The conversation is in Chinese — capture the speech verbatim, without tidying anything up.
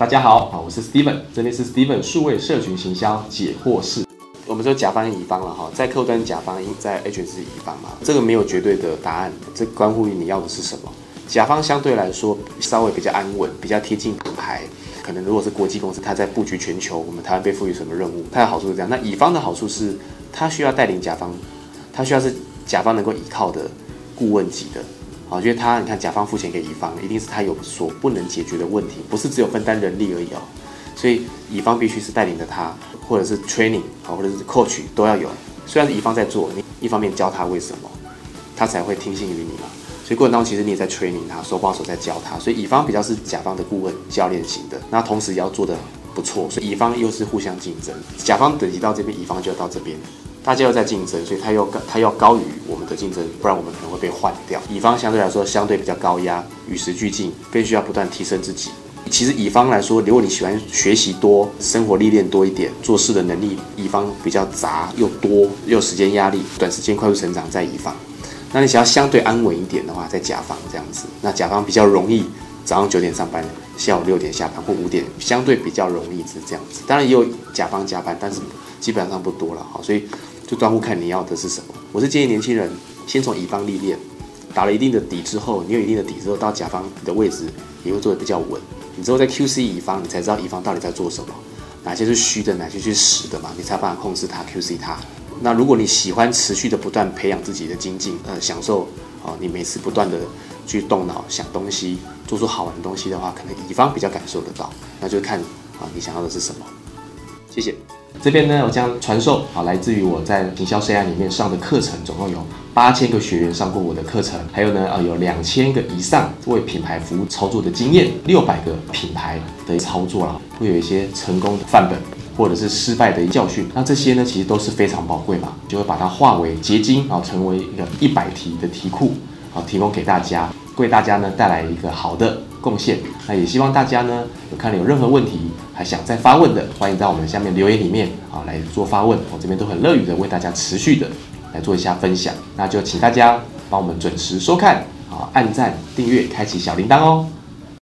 大家好，我是 Steven， 这边是 Steven 数位社群行销解惑室。我们说甲方跟乙方了哈，在客户端甲方，在 H 是乙方嘛，这个没有绝对的答案，这关乎于你要的是什么。甲方相对来说稍微比较安稳，比较贴近品牌。可能如果是国际公司，它在布局全球，我们台湾被赋予什么任务，它的好处是这样。那乙方的好处是，它需要带领甲方，它需要是甲方能够依靠的顾问级的。好，因为他你看甲方付钱给乙方，一定是他有所不能解决的问题，不是只有分担人力而已哦。所以乙方必须是带领着他，或者是 training 或者是 coach 都要有。虽然是乙方在做，你一方面教他为什么，他才会听信于你嘛。所以过程当中其实你也在 training 他，手把手在教他。所以乙方比较是甲方的顾问教练型的，那同时也要做得不错，所以乙方又是互相竞争，甲方等级到这边，乙方就要到这边。大家又在竞争，所以他又他要高于我们的竞争，不然我们可能会被换掉。乙方相对来说相对比较高压，与时俱进，更需要不断提升自己。其实乙方来说，如果你喜欢学习多、生活历练多一点、做事的能力，乙方比较杂又多，又有时间压力，短时间快速成长在乙方。那你想要相对安稳一点的话，在甲方这样子，那甲方比较容易早上九点上班，下午六点下班或五点，相对比较容易是这样子。当然也有甲方加班，但是基本上不多了，所以。就端乎看你要的是什么。我是建议年轻人先从乙方历练，打了一定的底之后，你有一定的底之后，到甲方的位置也会做得比较稳。你之后在 Q C 乙方，你才知道乙方到底在做什么，哪些是虚的，哪些是实的嘛，你才有办法控制它 Q C 它。那如果你喜欢持续的不断培养自己的精进，呃，享受啊、呃，你每次不断的去动脑想东西，做出好玩的东西的话，可能乙方比较感受得到。那就看啊、呃，你想要的是什么。谢谢。这边呢，我将传授啊，来自于我在行销生涯里面上的课程，总共有八千个学员上过我的课程，还有呢，呃，有两千个以上为品牌服务操作的经验，六百个品牌的操作啦，会有一些成功的范本，或者是失败的教训。那这些呢，其实都是非常宝贵嘛，就会把它化为结晶啊，成为一个一百题的题库啊，提供给大家，为大家呢带来一个好的贡献。那也希望大家呢，有看了有任何问题，还想再发问的，欢迎在我们下面留言里面啊来做发问，我这边都很乐于的为大家持续的来做一下分享。那就请大家帮我们准时收看啊，按赞、订阅、开启小铃铛哦。